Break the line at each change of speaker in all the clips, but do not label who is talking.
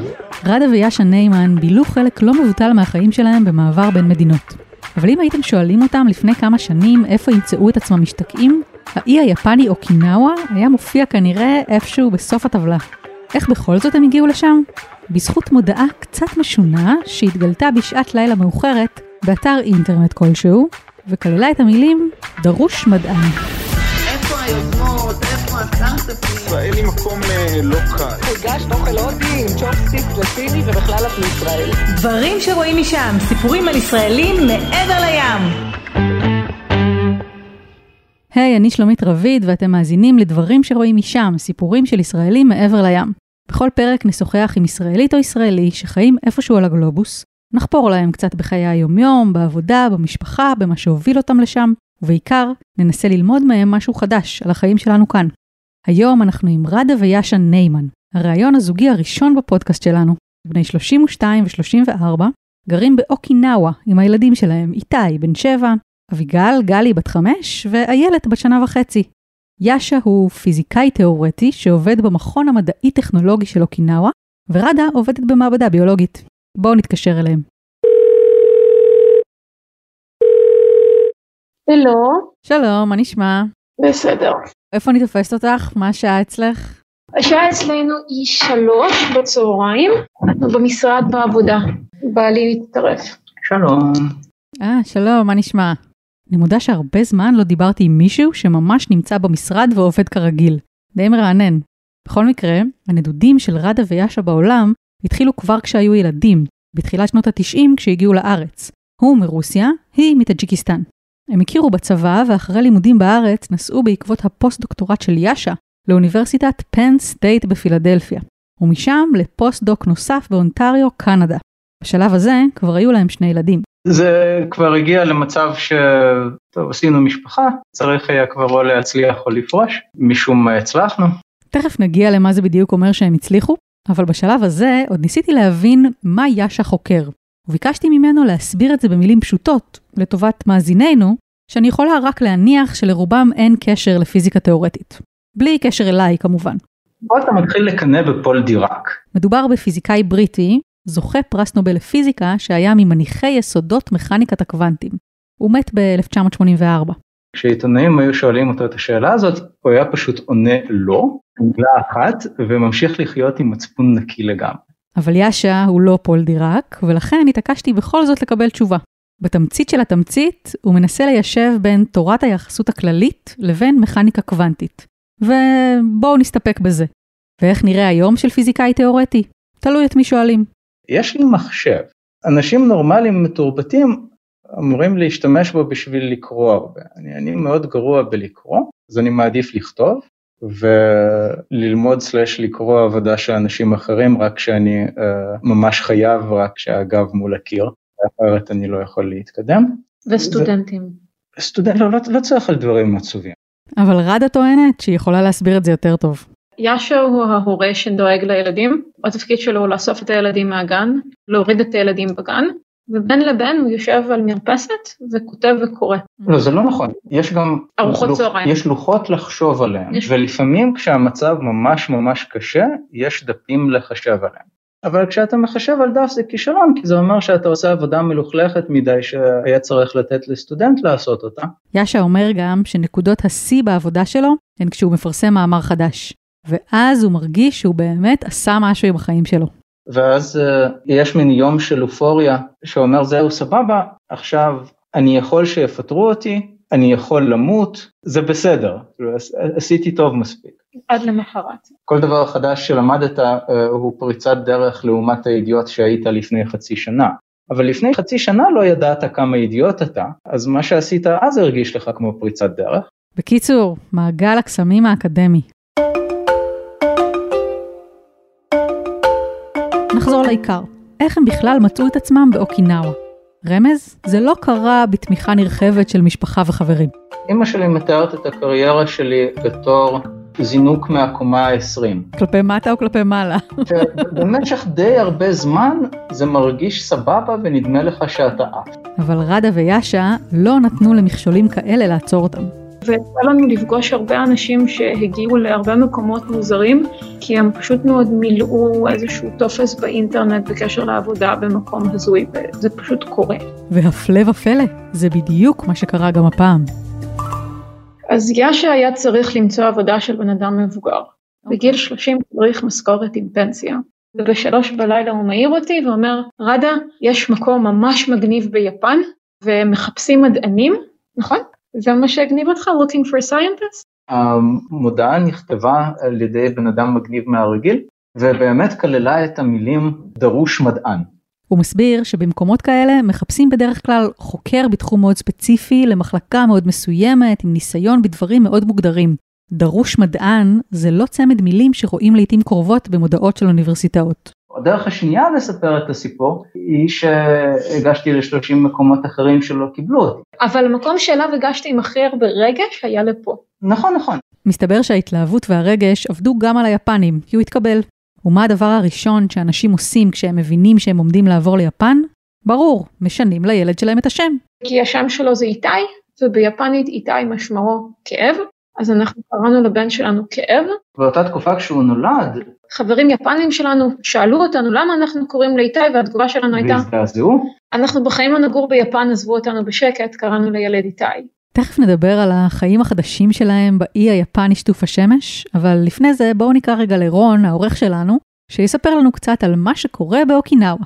רדה ויאשה ניימן בילו חלק לא מבוטל מהחיים שלהם במעבר בין מדינות. אבל אם הייתם שואלים אותם לפני כמה שנים איפה ימצאו את עצמם משתקעים, האי היפני אוקינאווה היה מופיע כנראה איפשהו בסוף הטבלה. איך בכל זאת הם הגיעו לשם? בזכות מודעה קצת משונה שהתגלתה בשעת לילה מאוחרת באתר אינטרנט כלשהו, וכללה את המילים דרוש מדען.
איפה היוזמות? איפה הסטארט-אפים?
ישראל היא מקום לא קל.
הגשת אוכל הודי עם צ'ופסטיק וסיני ובכלל את מישראל.
דברים שרואים משם, סיפורים על ישראלים מעבר לים.
היי, אני שלומית רביד ואתם מאזינים לדברים שרואים משם, סיפורים של ישראלים מעבר לים. בכל פרק נשוחח עם ישראלית או ישראלי שחיים איפשהו על הגלובוס, נחפור להם קצת בחיי היומיום, בעבודה, במשפחה, במה שהוביל אותם לשם, ובעיקר ננסה ללמוד מהם משהו חדש על החיים שלנו כאן. היום אנחנו עם רדה ויאשה ניימן, הרעיון הזוגי הראשון בפודקאסט שלנו. בני 32 ו-34, גרים באוקינאווה עם הילדים שלהם, איתי בן 7, אביגל, גלי בת 5 ואיילת בת 1.5 שנה. יאשה הוא פיזיקאי תיאורטי שעובד במכון המדעי-טכנולוגי של אוקינאווה, ורדה עובדת במעבדה ביולוגית. בואו נתקשר אליהם.
הלו.
שלום, מה נשמע?
בסדר.
איפה אני תופסת אותך? מה השעה אצלך?
השעה אצלנו היא 3 בצהריים, אנחנו במשרד בעבודה. בעלי מתטרף.
שלום.
שלום, מה נשמע? אני מודה שהרבה זמן לא דיברתי עם מישהו שממש נמצא במשרד ועובד כרגיל. די מרענן. בכל מקרה, הנדודים של רדה ויאשה בעולם התחילו כבר כשהיו ילדים, בתחילת שנות ה-90 כשהגיעו לארץ. הוא מרוסיה, היא מטאג'יקיסטן. הם הכירו בצבא ואחרי לימודים בארץ נסעו בעקבות הפוסט-דוקטורט של יאשה לאוניברסיטת פן סטייט בפילדלפיה, ומשם לפוסט-דוק נוסף באונטריו, קנדה. בשלב הזה כבר היו להם 2 ילדים.
זה כבר הגיע למצב שטוב, עשינו משפחה, צריך היה כבר או להצליח או לפרוש, משום מה הצלחנו.
תכף נגיע למה זה בדיוק אומר שהם הצליחו, אבל בשלב הזה עוד ניסיתי להבין מה יאשה חוקר, וביקשתי ממנו להסביר את זה במילים פשוטות, לטובת מאזיננו, שאני יכולה רק להניח שלרובם אין קשר לפיזיקה תיאורטית. בלי קשר אליי כמובן.
בוא אתה מתחיל לקנא בפול דיראק.
מדובר בפיזיקאי בריטי, זוכה פרס נובל לפיזיקה שהיה ממניחי יסודות מכניקת הקוונטים. הוא מת ב-1984.
כשעיתונאים היו שואלים אותו את השאלה הזאת, הוא היה פשוט עונה לא, מילה אחת, וממשיך לחיות עם מצפון נקי לגמרי.
אבל יאשה הוא לא פול דיראק, ולכן התעקשתי בכל זאת לקבל תשובה. בתמצית של התמצית, הוא מנסה ליישב בין תורת היחסות הכללית לבין מכניקה קוונטית. ובואו נסתפק בזה. ואיך נראה היום של פיזיקאי תיאורטי? תלוי את מי שואלים.
יש לי מחשב. אנשים נורמליים מתורבתים אמורים להשתמש בו בשביל לקרוא הרבה. אני מאוד גרוע בלקרוא, אז אני מעדיף לכתוב, וללמוד לקרוא עבודה של אנשים אחרים, רק שאני ממש חייב, רק שהגב מול הקיר, אחרת אני לא יכול להתקדם.
וסטודנטים.
לא צריך על דברים עצובים.
אבל רדה טוענת שהיא יכולה להסביר את זה יותר טוב.
יאשה הוא ההורה שדואג לילדים, התפקיד שלו הוא לאסוף את הילדים מהגן, להוריד את הילדים בגן, ובין לבין הוא יושב על מרפסת וכותב וקורא.
לא, זה לא נכון. יש גם
ארוחות צהריים.
יש לוחות לחשוב עליהם, ולפעמים כשהמצב ממש ממש קשה, יש דפים לחשב עליהם. אבל כשאתה מחשב על דף זה כישלון, כי זה אומר שאתה עושה עבודה מלוכלכת מדי שהיה צריך לתת לסטודנט לעשות אותה.
יאשה אומר גם שנקודות השיא בעבודה שלו הן כשהוא מפרסם מאמר חדש. ואז הוא מרגיש שהוא באמת עשה משהו עם החיים שלו.
ואז יש מין יום של אופוריה שאומר זהו סבבה, עכשיו אני יכול שיפטרו אותי, אני יכול למות, זה בסדר, עשיתי טוב מספיק.
עד למחרת.
כל דבר חדש שלמדת הוא פריצת דרך לעומת הידיעות שהיית לפני חצי שנה. אבל לפני חצי שנה לא ידעת כמה ידיעות אתה, אז מה שעשית אז הרגיש לך כמו פריצת דרך.
בקיצור, מעגל הקסמים האקדמי. נחזור לעיקר. איך הם בכלל מצאו את עצמם באוקינאווה? רמז, זה לא קרה בתמיכה נרחבת של משפחה וחברים.
אמא שלי מתארת את הקריירה שלי בתור זינוק מהקומה ה-20.
כלפי מטה או כלפי מעלה?
במשך די הרבה זמן זה מרגיש סבבה ונדמה לך שאתה אף.
אבל רדה ויאשה לא נתנו למכשולים כאלה לעצור אותם.
ויצא לנו לפגוש הרבה אנשים שהגיעו להרבה מקומות מוזרים, כי הם פשוט מאוד מילאו איזשהו טופס באינטרנט בקשר לעבודה במקום הזוי, וזה פשוט קורה.
והפלא ופלא, זה בדיוק מה שקרה גם הפעם.
אז יאשה היה צריך למצוא עבודה של בן אדם מבוגר. בגיל 30 צריך משכורת עם פנסיה. וב3 בלילה הוא מעיר אותי ואומר, רדה, יש מקום ממש מגניב ביפן, ומחפשים מדענים, נכון? זה מה שהגניב אותך, looking for scientists?
המודעה נכתבה על ידי בן אדם מגניב מהרגיל, ובאמת כללה את המילים דרוש מדען.
הוא מסביר שבמקומות כאלה מחפשים בדרך כלל חוקר בתחום מאוד ספציפי, למחלקה מאוד מסוימת, עם ניסיון בדברים מאוד מוגדרים. דרוש מדען זה לא צמד מילים שרואים לעתים קרובות במודעות של אוניברסיטאות.
הדרך השנייה לספר את הסיפור היא שהגשתי ל30 מקומות אחרים שלא קיבלו אותי.
אבל המקום שאליו הגשתי עם הכי הרבה רגש היה לפה.
נכון, נכון.
מסתבר שההתלהבות והרגש עבדו גם על היפנים, כי הוא התקבל. ומה הדבר הראשון שאנשים עושים כשהם מבינים שהם עומדים לעבור ליפן? ברור, משנים לילד שלהם את השם.
כי השם שלו זה איתי, וביפנית איתי משמעו כאב, אז אנחנו קראנו לבן שלנו כאב.
באותה תקופה כשהוא נולד,
חברים יפנים שלנו שאלו אותנו למה אנחנו קוראים לאיתי, והתגובה שלנו הייתה, אנחנו בחיים לא נגור ביפן, עזבו אותנו בשקט, קראנו לילד איתי.
תכף נדבר על החיים החדשים שלהם באי היפני שטוף השמש, אבל לפני זה בואו נקרא רגע לרון, העורך שלנו, שיספר לנו קצת על מה שקורה באוקינאווה.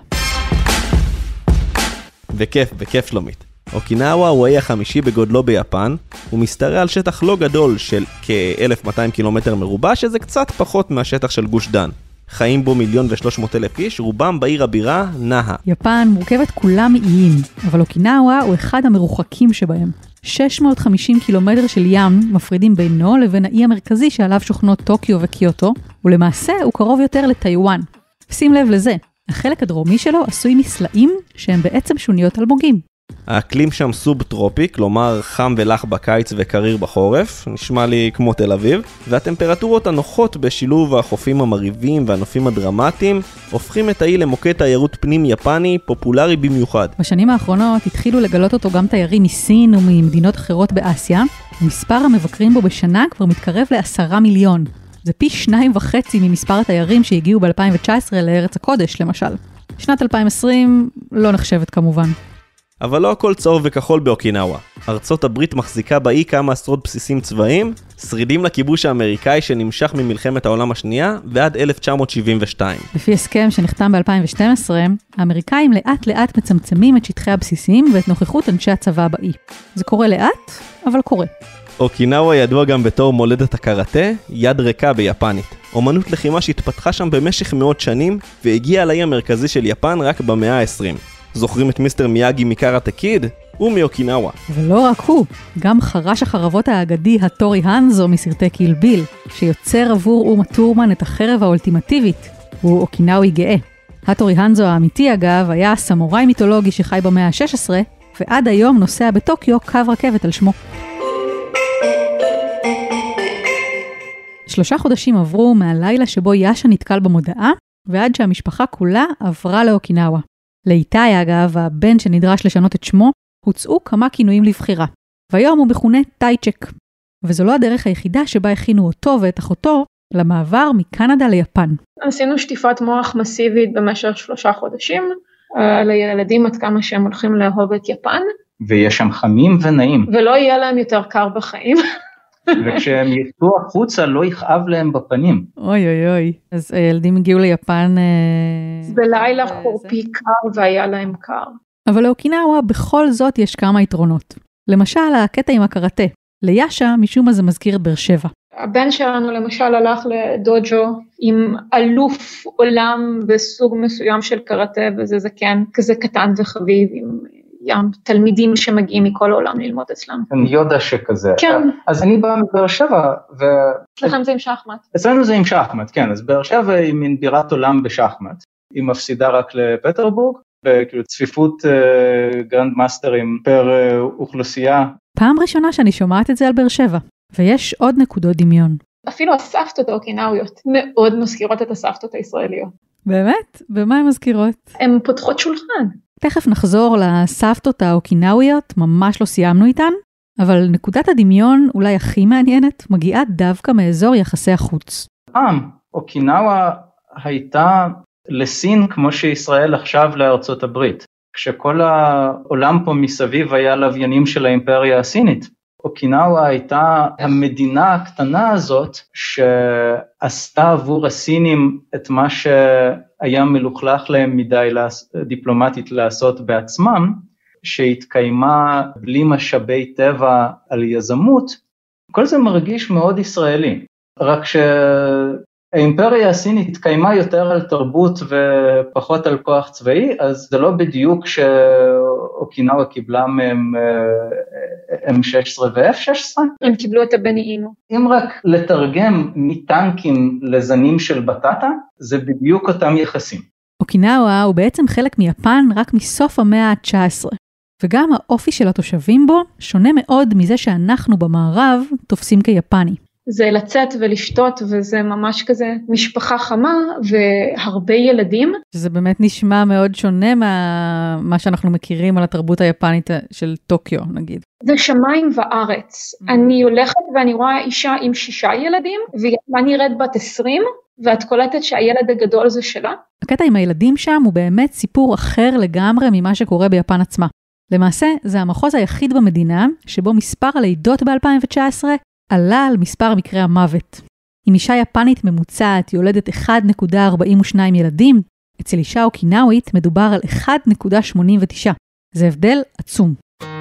בכיף שלומית. אוקינאווה הוא האי החמישי בגודלו ביפן, הוא משתרע על שטח לא גדול של כ-1200 קילומטר מרובע, שזה קצת פחות מהשטח של גוש דן. חיים בו 1,300,000 איש, רובם בעיר הבירה נהה.
יפן מורכבת כולם מאיים, אבל אוקינאווה הוא אחד המרוחקים שבהם. 650 קילומטר של ים מפרידים בינו לבין האי המרכזי שעליו שוכנות טוקיו וקיוטו, ולמעשה הוא קרוב יותר לטיואן. שים לב לזה, החלק הדרומי שלו עשוי מסלעים שהם בעצם שוניות אלמוגים.
האקלים שם סוב-טרופי, כלומר חם ולח בקיץ וקריר בחורף, נשמע לי כמו תל אביב, והטמפרטורות הנוחות בשילוב החופים המריבים והנופים הדרמטיים, הופכים את האי למוקד תיירות פנים יפני פופולרי במיוחד.
בשנים האחרונות התחילו לגלות אותו גם תיירים מסין וממדינות אחרות באסיה, ומספר המבקרים בו בשנה כבר מתקרב ל10 מיליון. זה פי 2.5 ממספר התיירים שהגיעו ב-2019 לארץ הקודש, למשל. שנת 2020 לא נחשבת כמובן.
אבל לא הכל צהוב וכחול באוקינאווה. ארצות הברית מחזיקה באי כמה עשרות בסיסים צבאיים, שרידים לכיבוש האמריקאי שנמשך ממלחמת העולם השנייה ועד 1972.
לפי הסכם שנחתם ב-2012, האמריקאים לאט לאט מצמצמים את שטחי הבסיסים ואת נוכחות אנשי הצבא באי. זה קורה לאט, אבל קורה.
אוקינאווה ידוע גם בתור מולדת הקראטה, יד ריקה ביפנית. אומנות לחימה שהתפתחה שם במשך מאות שנים, והגיעה לאי המרכזי של יפן רק במאה ה-20. זוכרים את מיסטר מיאגי מקראטה קיד? הוא מאוקינאווה.
ולא רק הוא, גם חרש החרבות האגדי הטורי הנזו מסרטי קיל ביל, שיוצר עבור אומה טורמן את החרב האולטימטיבית. הוא אוקינאווי גאה. הטורי הנזו האמיתי אגב היה סמוראי מיתולוגי שחי במאה ה-16, ועד היום נוסע בטוקיו קו רכבת על שמו. 3 חודשים עברו מהלילה שבו יאשה נתקל במודעה, ועד שהמשפחה כולה עברה לאוקינאווה. לאיתי אגב, הבן שנדרש לשנות את שמו, הוצאו כמה כינויים לבחירה. והיום הוא מכונה טייצ'ק. וזו לא הדרך היחידה שבה הכינו אותו ואת אחותו למעבר מקנדה ליפן.
עשינו שטיפת מוח מסיבית במשך 3 חודשים, לילדים עד כמה שהם הולכים לאהוב את יפן.
ויש שם חמים ונעים.
ולא יהיה להם יותר קר בחיים.
וכשהם יצאו החוצה לא יכאב להם בפנים.
אוי אוי אוי. אז הילדים הגיעו ליפן...
בלילה חורפי קר והיה להם קר.
אבל לאוקינאווה בכל זאת יש כמה יתרונות. למשל הקטע עם הקראטה. ליאשה משום מה זה מזכיר את באר שבע.
הבן שלנו למשל הלך לדוג'ו עם אלוף עולם בסוג מסוים של קראטה, וזה זקן כזה קטן וחביב עם... ים תלמידים שמגיעים מכל העולם ללמוד אצלם.
יודה שכזה.
כן.
אז אני בא מבאר שבע
אצלכם זה עם שחמט.
אצלנו זה עם שחמט, כן. אז באר שבע היא מין בירת עולם בשחמט. היא מפסידה רק לפטרבורג, וכאילו צפיפות גרנד מאסטרים פר אוכלוסייה.
פעם ראשונה שאני שומעת את זה על באר שבע, ויש עוד נקודות דמיון.
אפילו הסבתות האוקינאוויות מאוד מזכירות את הסבתות הישראליות.
באמת? במה הן מזכירות?
הן פותחות שולחן.
תכף נחזור לסבתות האוקינאוויות, ממש לא סיימנו איתן, אבל נקודת הדמיון אולי הכי מעניינת מגיעה דווקא מאזור יחסי החוץ.
אוקינאווה הייתה לסין כמו שישראל עכשיו לארצות הברית. כשכל העולם פה מסביב היה לוויינים של האימפריה הסינית. אוקינאווה הייתה המדינה הקטנה הזאת שעשתה עבור הסינים את מה שהיה מלוכלך להם מדי דיפלומטית לעשות בעצמם, שהתקיימה בלי משאבי טבע על יזמות. כל זה מרגיש מאוד ישראלי, רק שהאימפריה הסינית התקיימה יותר על תרבות ופחות על כוח צבאי, אז זה לא בדיוק שאוקינאווה קיבלה מהם M16 ו-F16.
הם קיבלו את הבני אינו.
אם רק לתרגם מטנקים לזנים של בטטה, זה בדיוק אותם יחסים.
אוקינאווה הוא בעצם חלק מיפן רק מסוף המאה ה-19. וגם האופי של התושבים בו שונה מאוד מזה שאנחנו במערב תופסים כיפני.
זה לצאת ולשתות, וזה ממש כזה משפחה חמה והרבה ילדים.
זה באמת נשמע מאוד שונה מה שאנחנו מכירים על התרבות היפנית של טוקיו, נגיד.
זה שמיים וארץ. אני הולכת ואני רואה אישה עם 6 ילדים, ואני נראית בת 20, ואת קולטת שהילד הגדול זה שלה.
הקטע עם הילדים שם הוא באמת סיפור אחר לגמרי ממה שקורה ביפן עצמה. למעשה, זה המחוז היחיד במדינה שבו מספר הלידות ב-2019 עלה על מספר מקרי המוות. אם אישה יפנית ממוצעת יולדת 1.42 ילדים, אצל אישה אוקינאווית מדובר על 1.89. זה הבדל עצום.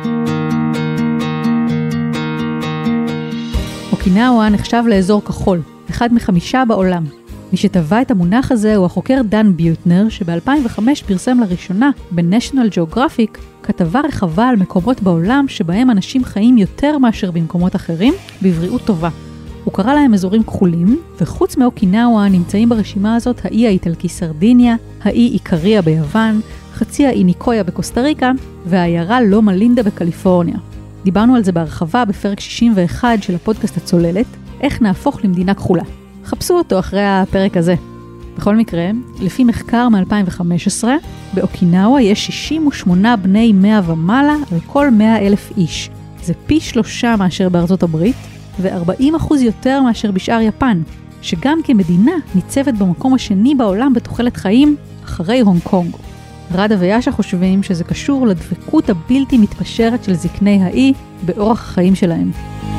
אוקינאווה נחשב לאזור כחול, אחד מ5 בעולם. מי שטבע את המונח הזה הוא החוקר דן ביוטנר, שב-2005 פרסם לראשונה ב-National Geographic כתבה רחבה על מקומות בעולם שבהם אנשים חיים יותר מאשר במקומות אחרים, בבריאות טובה. הוא קרא להם אזורים כחולים, וחוץ מאוקינאווה נמצאים ברשימה הזאת האי האיטלקי סרדיניה, האי איקריה ביוון, חצי האי ניקויה בקוסטה ריקה, והעיירה לומה לינדה בקליפורניה. דיברנו על זה בהרחבה בפרק 61 של הפודקאסט הצוללת, איך נהפוך למדינה כחולה. חפשו אותו אחרי הפרק הזה. בכל מקרה, לפי מחקר מ-2015, באוקינאווה יש 68 בני 100 ומעלה על כל 100,000 איש. זה פי 3 מאשר בארצות הברית, ו40% יותר מאשר בשאר יפן, שגם כמדינה ניצבת במקום השני בעולם בתוחלת חיים אחרי הונג קונג. רדה ויאשה חושבים שזה קשור לדבקות הבלתי מתפשרת של זקני האי באורח החיים שלהם.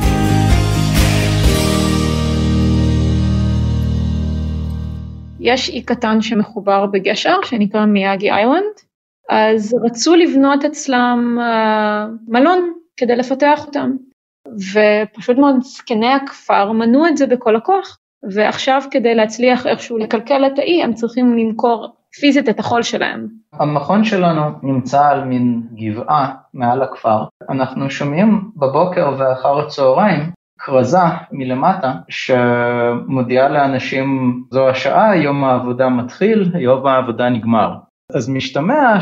יש אי קטן שמחובר בגשר שנקרא מיאגי איילנד, אז רצו לבנות אצלם מלון כדי לפתח אותם, ופשוט מאוד זקני הכפר מנעו את זה בכל הכוח, ועכשיו כדי להצליח איכשהו לקלקל את האי הם צריכים למכור פיזית את החול שלהם.
המכון שלנו נמצא על מין גבעה מעל הכפר, אנחנו שומעים בבוקר ואחר הצהריים כרזה מלמטה שמודיעה לאנשים זו השעה, יום העבודה מתחיל, יום העבודה נגמר. אז משתמע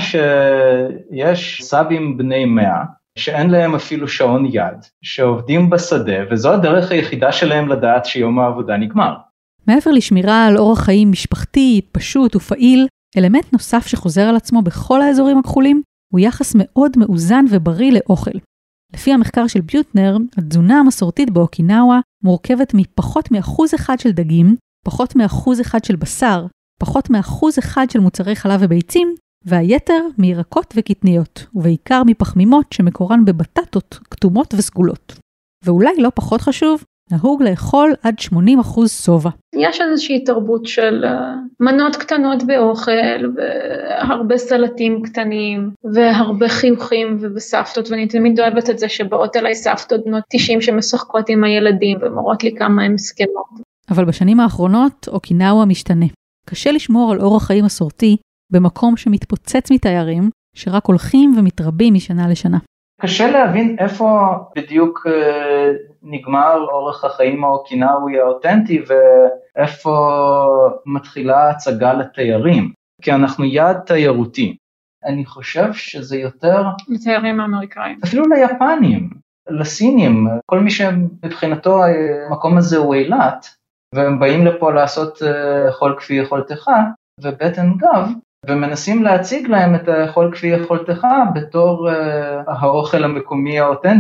שיש סבים בני 100 שאין להם אפילו שעון יד, שעובדים בשדה, וזו הדרך היחידה שלהם לדעת שיום העבודה נגמר.
מעבר לשמירה על אורח חיים משפחתי, פשוט ופעיל, אלמנט נוסף שחוזר על עצמו בכל האזורים הכחולים, הוא יחס מאוד מאוזן ובריא לאוכל. לפי המחקר של ביוטנר, התזונה המסורתית באוקינאווה מורכבת מפחות מ1% של דגים, פחות מ1% של בשר, פחות מ1% של מוצרי חלב וביצים, והיתר מירקות וקטניות, ובעיקר מפחמימות שמקורן בבטטות, כתומות וסגולות. ואולי לא פחות חשוב, נהוג לאכול עד 80% סובה.
יש איזושהי תרבות של מנות קטנות באוכל, והרבה סלטים קטנים, והרבה חיוכים ובסבתות, ואני תמיד אוהבת את זה שבאות אליי סבתות בנות 90 שמשחקות עם הילדים, ומורות לי כמה הם מסכנות.
אבל בשנים האחרונות אוקינאווה משתנה. קשה לשמור על אורח חיים מסורתי, במקום שמתפוצץ מתיירים, שרק הולכים ומתרבים משנה לשנה.
קשה להבין איפה בדיוק נגמר אורח החיים האוקינאווי האותנטי, ואיפה מתחילה הצגה לתיירים, כי אנחנו יעד תיירותי. אני חושב שזה יותר
לתיירים האמריקאים.
אפילו ליפנים, לסינים, כל מי שמבחינתו המקום הזה הוא אילת, והם באים לפה לעשות אכול כפי יכולתך, ובטן גב, ומנסים להציג להם את האכול כפי יכולתך בתור האוכל המקומי האותנטי.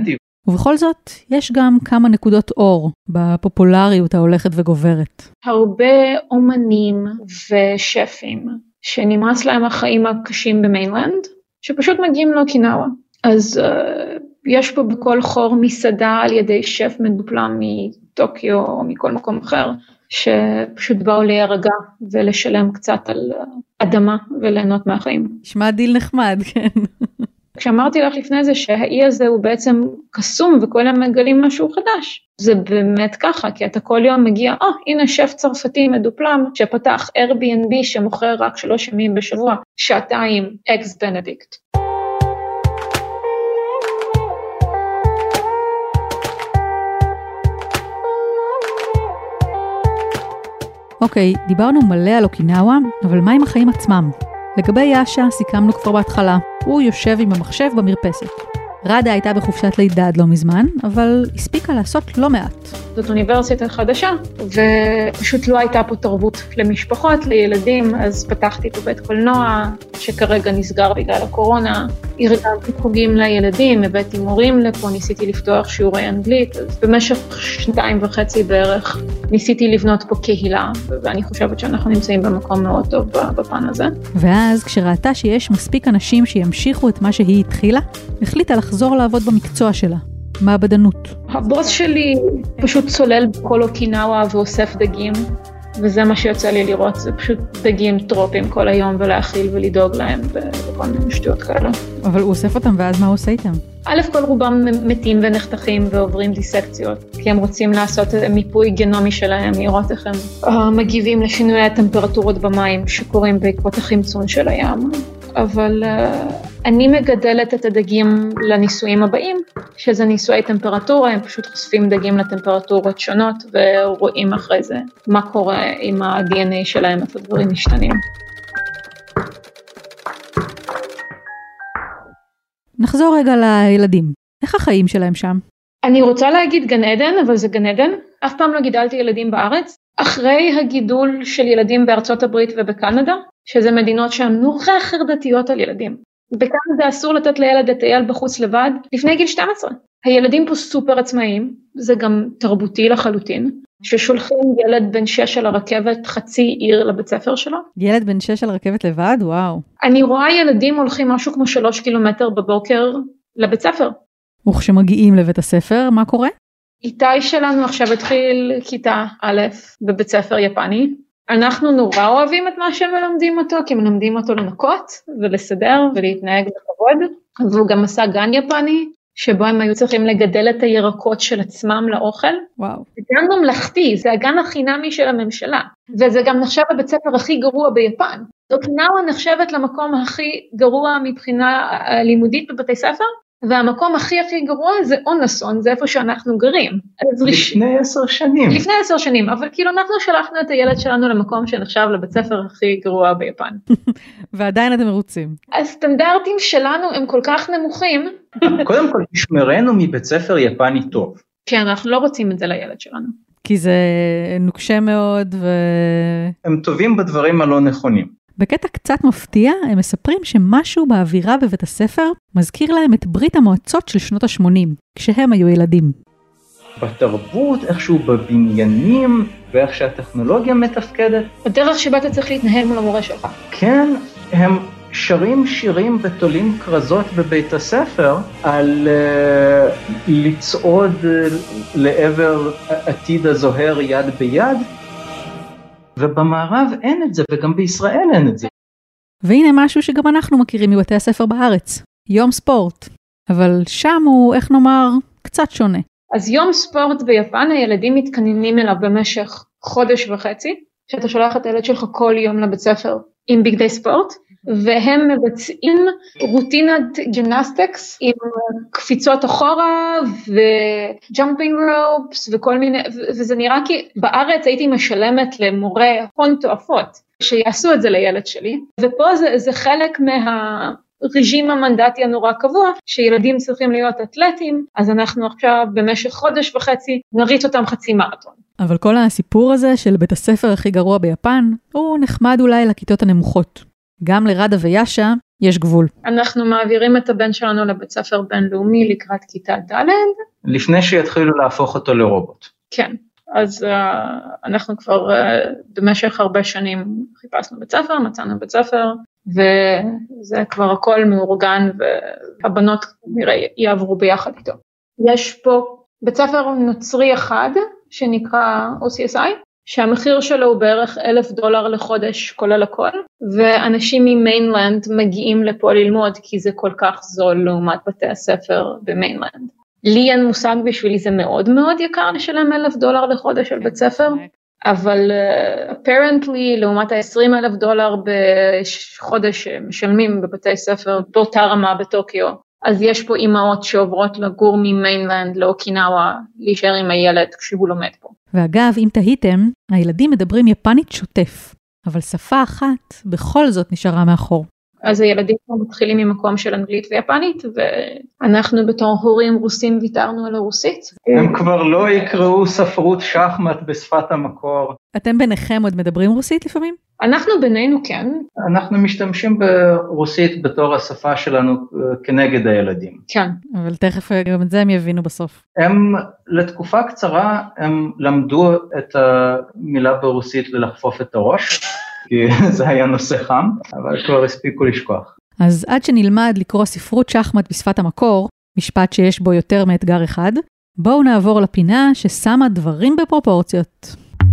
ובכל זאת, יש גם כמה נקודות אור בפופולריות ההולכת וגוברת.
הרבה אומנים ושפים שנמאס להם החיים הקשים במיינלנד, שפשוט מגיעים לאוקינאווה. אז יש פה בכל חור מסעדה על ידי שף מדופלם מטוקיו או מכל מקום אחר, שפשוט באו להירגע ולשלם קצת על אדמה וליהנות מהחיים.
נשמע דיל נחמד, כן.
כשאמרתי לך לפני זה שהאי הזה הוא בעצם קסום וכל יום מגלים משהו חדש, זה באמת ככה, כי אתה כל יום מגיע, הנה שף צרפתי מדופלם שפתח Airbnb שמוכר רק 3 ימים בשבוע, שעתיים אקס בנדיקט.
אוקיי, דיברנו מלא על אוקינאווה, אבל מה עם החיים עצמם? לגבי יאשה סיכמנו כבר בהתחלה, הוא יושב עם המחשב במרפסת. רדה הייתה בחופשת לידה עד לא מזמן, אבל הספיקה לעשות לא מעט.
זאת אוניברסיטה חדשה, ופשוט לא הייתה פה תרבות למשפחות, לילדים, אז פתחתי פה בית קולנוע, שכרגע נסגר בגלל הקורונה, ארגנתי חוגים לילדים, הבאתי מורים לפה, ניסיתי לפתוח שיעורי אנגלית, אז במשך 2.5 בערך ניסיתי לבנות פה קהילה, ואני חושבת שאנחנו נמצאים במקום מאוד טוב בפן הזה.
ואז כשראתה שיש מספיק אנשים שימשיכו את מה שהיא התחילה, החליטה לחזור לעבוד במקצוע שלה, מעבדנות.
הבוס שלי פשוט צולל בכל אוקינאווה ואוסף דגים, וזה מה שיוצא לי לראות, זה פשוט דגים טרופים כל היום ולהאכיל ולדאוג להם וכל מיני שטויות כאלה.
אבל הוא אוסף אותם ואז מה הוא עושה איתם?
א' כל רובם מתים ונחתכים ועוברים דיסקציות, כי הם רוצים לעשות מיפוי גנומי שלהם, לראות איך הם מגיבים לשינוי הטמפרטורות במים שקורים בעקבות החמצון של הים. אבל אני מגדלת את הדגים לניסויים הבאים, שזה ניסויי טמפרטורה, הם פשוט חושפים דגים לטמפרטורות שונות, ורואים אחרי זה מה קורה עם ה-DNA שלהם, איפה דברים משתנים.
נחזור רגע לילדים. איך החיים שלהם שם?
אני רוצה להגיד גן עדן, אבל זה גן עדן. אף פעם לא גידלתי ילדים בארץ. אחרי הגידול של ילדים בארצות הברית ובקנדה, שזה מדינות שהן נורא חרדתיות על ילדים. בקנדה אסור לתת לילד לטייל בחוץ לבד לפני גיל 12. הילדים פה סופר עצמאיים, זה גם תרבותי לחלוטין, ששולחים ילד בן 6 על הרכבת חצי עיר לבית ספר שלו.
ילד בן 6 על רכבת לבד? וואו.
אני רואה ילדים הולכים משהו כמו 3 קילומטר בבוקר לבית ספר.
וכשמגיעים לבית הספר, מה קורה?
איתי שלנו עכשיו התחיל כיתה א' בבית ספר יפני. אנחנו נורא אוהבים את מה שהם מלמדים אותו, כי הם מלמדים אותו לנקות ולסדר ולהתנהג בכבוד. והוא גם עשה גן יפני, שבו הם היו צריכים לגדל את הירקות של עצמם לאוכל.
וואו.
זה גן ממלכתי, זה הגן החינמי של הממשלה. וזה גם נחשב הבית ספר הכי גרוע ביפן. אוקינאווה נחשבת למקום הכי גרוע מבחינה לימודית בבתי ספר, והמקום הכי גרוע זה אונסון, זה איפה שאנחנו גרים.
לפני 10 שנים.
לפני 10 שנים, אבל כאילו אנחנו שלחנו את הילד שלנו למקום שנחשב לבית ספר הכי גרוע ביפן.
ועדיין אתם מרוצים.
הסטנדרטים שלנו הם כל כך נמוכים.
קודם כל, תשמרנו מבית ספר יפני טוב.
כן, אנחנו לא רוצים את זה לילד שלנו.
כי זה נוקשה מאוד
הם טובים בדברים הלא נכונים.
בקטע קצת מפתיע, הם מספרים שמשהו באווירה בבית הספר מזכיר להם את ברית המועצות של שנות ה-80, כשהם היו ילדים.
בתרבות, איכשהו בבניינים, ואיך שהטכנולוגיה מתפקדת.
בדרך שבה אתה צריך להתנהל מול המורה שלך.
כן, הם שרים שירים ותולים כרזות בבית הספר, על לצעוד לעבר עתיד הזוהר יד ביד, ובמערב אין את זה, וגם בישראל אין את זה.
והנה משהו שגם אנחנו מכירים מבתי הספר בארץ, יום ספורט. אבל שם הוא, איך נאמר, קצת שונה.
אז יום ספורט ביפן, הילדים מתכננים אליו במשך 1.5 חודש, שאתה שולח את הילד שלך כל יום לבית ספר עם בגדי ספורט, והם מבצעים רוטינת ג'ימנסטיקס עם קפיצות אחורה וג'אמפינג רופס וכל מיני, וזה נראה כי בארץ הייתי משלמת למורה הון תועפות שיעשו את זה לילד שלי, ופה זה חלק מהרג'ים המנדטי הנורא קבוע, שילדים צריכים להיות אתלטים, אז אנחנו עכשיו במשך 1.5 חודש נריץ אותם חצי מרתון.
אבל כל הסיפור הזה של בית הספר הכי גרוע ביפן, הוא נחמד אולי לכיתות הנמוכות. גם לרדה ויאשה, יש גבול.
אנחנו מעבירים את הבן שלנו לבית ספר בינלאומי לקראת כיתה ד'.
לפני שיתחילו להפוך אותו לרובוט.
כן, אז אנחנו כבר במשך הרבה שנים חיפשנו בית ספר, מצאנו בית ספר, וזה כבר הכל מאורגן, והבנות נראה יעברו ביחד איתו. יש פה בית ספר נוצרי אחד, שנקרא OCSI, שהמחיר שלו הוא בערך $1,000 לחודש כולל הכל, ואנשים ממיינלנד מגיעים לפה ללמוד, כי זה כל כך זול לעומת בתי הספר במיינלנד. לי אין מושג, בשבילי זה מאוד מאוד יקר לשלם $1,000 לחודש על בית ספר, אבל apparently לעומת $20,000 בחודש משלמים בבתי ספר באותה רמה בטוקיו, אז יש פה אימהות שעוברות לגור ממיינלנד לאוקינאווה, להישאר עם הילד כשהוא לומד פה.
ואגב, אם תהיתם, הילדים מדברים יפנית שוטף, אבל שפה אחת בכל זאת נשארה מאחור.
אז הילדים פה מתחילים ממקום של אנגלית ויפנית, ואנחנו בתור הורים רוסים ויתרנו על הרוסית.
הם כבר לא יקראו ספרות שחמט בשפת המקור.
אתם ביניכם עוד מדברים רוסית לפעמים?
אנחנו בינינו כן.
אנחנו משתמשים ברוסית בתור השפה שלנו כנגד הילדים.
כן.
אבל תכף גם את זה הם יבינו בסוף.
הם לתקופה קצרה, הם למדו את המילה ברוסית ללחפוף את הראש, כי זה היה נושא חם, אבל כבר הספיקו לשכוח.
אז עד שנלמד לקרוא ספרות שחמט בשפת המקור, משפט שיש בו יותר מאתגר אחד, בואו נעבור לפינה ששמה דברים בפרופורציות.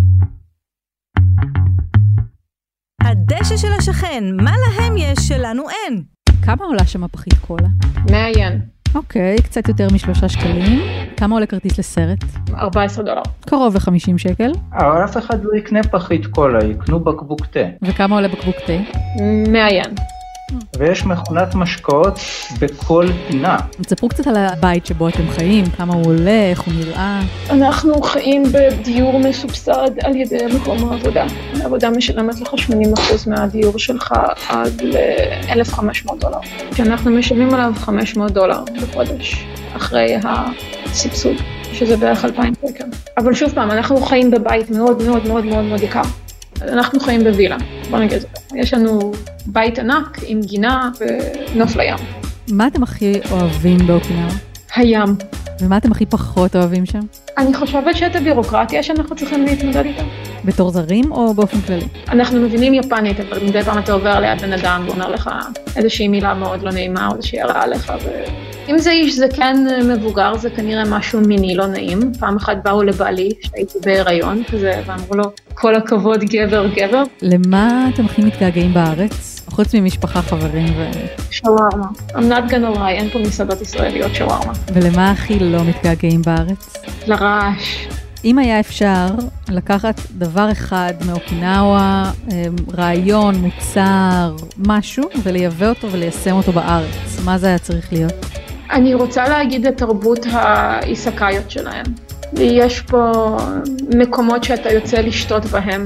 הדשא של השכן, מה להם יש שלנו אין?
כמה עולה שם פחית קולה?
100 ין.
אוקיי, קצת יותר מ3 שקלים. כמה עולה כרטיס לסרט?
$14.
קרוב ל50 שקל.
אבל אף אחד לא יקנה פחית קולה, יקנו בקבוק תה.
וכמה עולה בקבוק תה?
100 ין.
ויש מכונת משקאות בכל פינה.
תספרו קצת על הבית שבו אתם חיים, כמה הוא עולה, איך הוא נראה.
אנחנו חיים בדיור מסובסד על ידי מקום העבודה. העבודה משלמת לך 80% מהדיור שלך עד $1,500. שאנחנו משלמים עליו $500 בחודש, אחרי הסבסוד, שזה בערך 2,000 שקל. אבל שוב פעם, אנחנו חיים בבית מאוד מאוד מאוד מאוד מאוד יקר. אנחנו חיים בווילה, בוא נגיד, יש לנו בית ענק עם גינה ונוף לים.
מה אתם הכי אוהבים באוקינאווה?
הים.
ומה אתם הכי פחות אוהבים שם?
אני חושבת שאת הבירוקרטיה שאנחנו צריכים להתמודד איתה.
בתור זרים או באופן כללי?
אנחנו מבינים יפנית, אבל מדי פעם אתה עובר ליד בן אדם ואומר לך איזושהי מילה מאוד לא נעימה או איזושהי הרעה לך. אם זה איש זקן מבוגר, זה כנראה משהו מיני לא נעים. פעם אחת באו לבעלי, שהייתי בהיריון כזה, ואמרו לו, כל הכבוד גבר גבר.
למה אתם הכי מתגעגעים בארץ? חוץ ממשפחה, חברים
שווארמה. I'm not gonna lie, אין פה מסעדות ישראליות שווארמה.
ולמה הכי לא מתגעגעים בארץ?
לרעש.
אם היה אפשר לקחת דבר אחד מאוקינאווה, רעיון, מוצר, משהו, ולייבא אותו וליישם אותו בארץ, מה זה היה צריך להיות?
אני רוצה להגיד את תרבות האיסקאיות שלהם. יש פה מקומות שאתה יוצא לשתות בהם,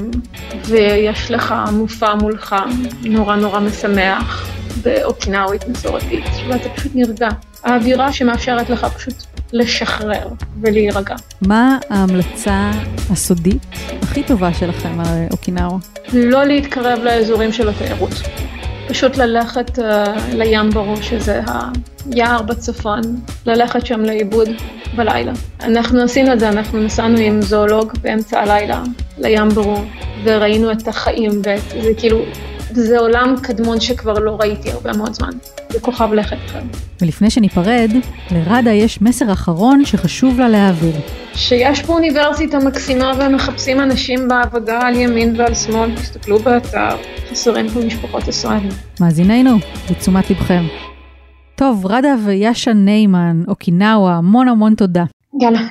ויש לך מופע מולך, נורא נורא משמח, באוקינאווית מסורתית, ואתה פשוט נרגע. האווירה שמאפשרת לך פשוט לשחרר ולהירגע.
מה ההמלצה הסודית הכי טובה שלכם על אוקינאווה?
לא להתקרב לאזורים של התיירות. פשוט ללכת לים ברור, שזה היער בצפון, ללכת שם לאיבוד בלילה. אנחנו עשינו את זה, אנחנו נסענו עם זואולוג באמצע הלילה לים ברור, וראינו את החיים, וזה כאילו, זה עולם קדמון שכבר לא ראיתי הרבה מאוד זמן. זה כוכב לכת אחר.
ולפני שניפרד, לרדה יש מסר אחרון שחשוב לה להעביר.
שיש פה אוניברסיטה מקסימה ומחפשים אנשים בעבודה על ימין ועל שמאל, תסתכלו באתר, חסרים פה משפחות ישראלים.
מאזינינו, בתשומת לבכם. טוב, רדה ויאשה ניימן, אוקינאווה, המון תודה.
יאללה,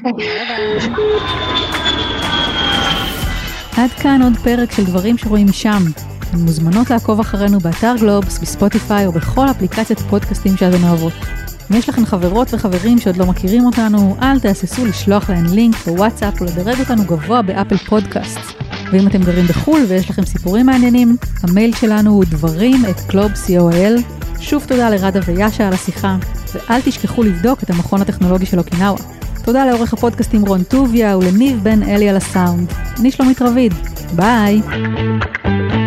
עד כאן עוד פרק של דברים שרואים משם. אתן מוזמנות לעקוב אחרינו באתר גלובס, בספוטיפיי או בכל אפליקציית פודקאסטים שאתן אוהבות. אם יש לכם חברות וחברים שעוד לא מכירים אותנו, אל תהססו לשלוח להן לינק בוואטסאפ ולדרג אותנו גבוה באפל פודקאסט. ואם אתם גרים בחול ויש לכם סיפורים מעניינים, המייל שלנו הוא דברים@globes.co.il. שוב תודה לרדה ויאשה על השיחה, ואל תשכחו לבדוק את המכון הטכנולוגי של אוקינאווה. תודה לעורך הפודקאסטים רון טוביה ולניב בן אלי על הסאונד. אני שלומית רביד. ביי!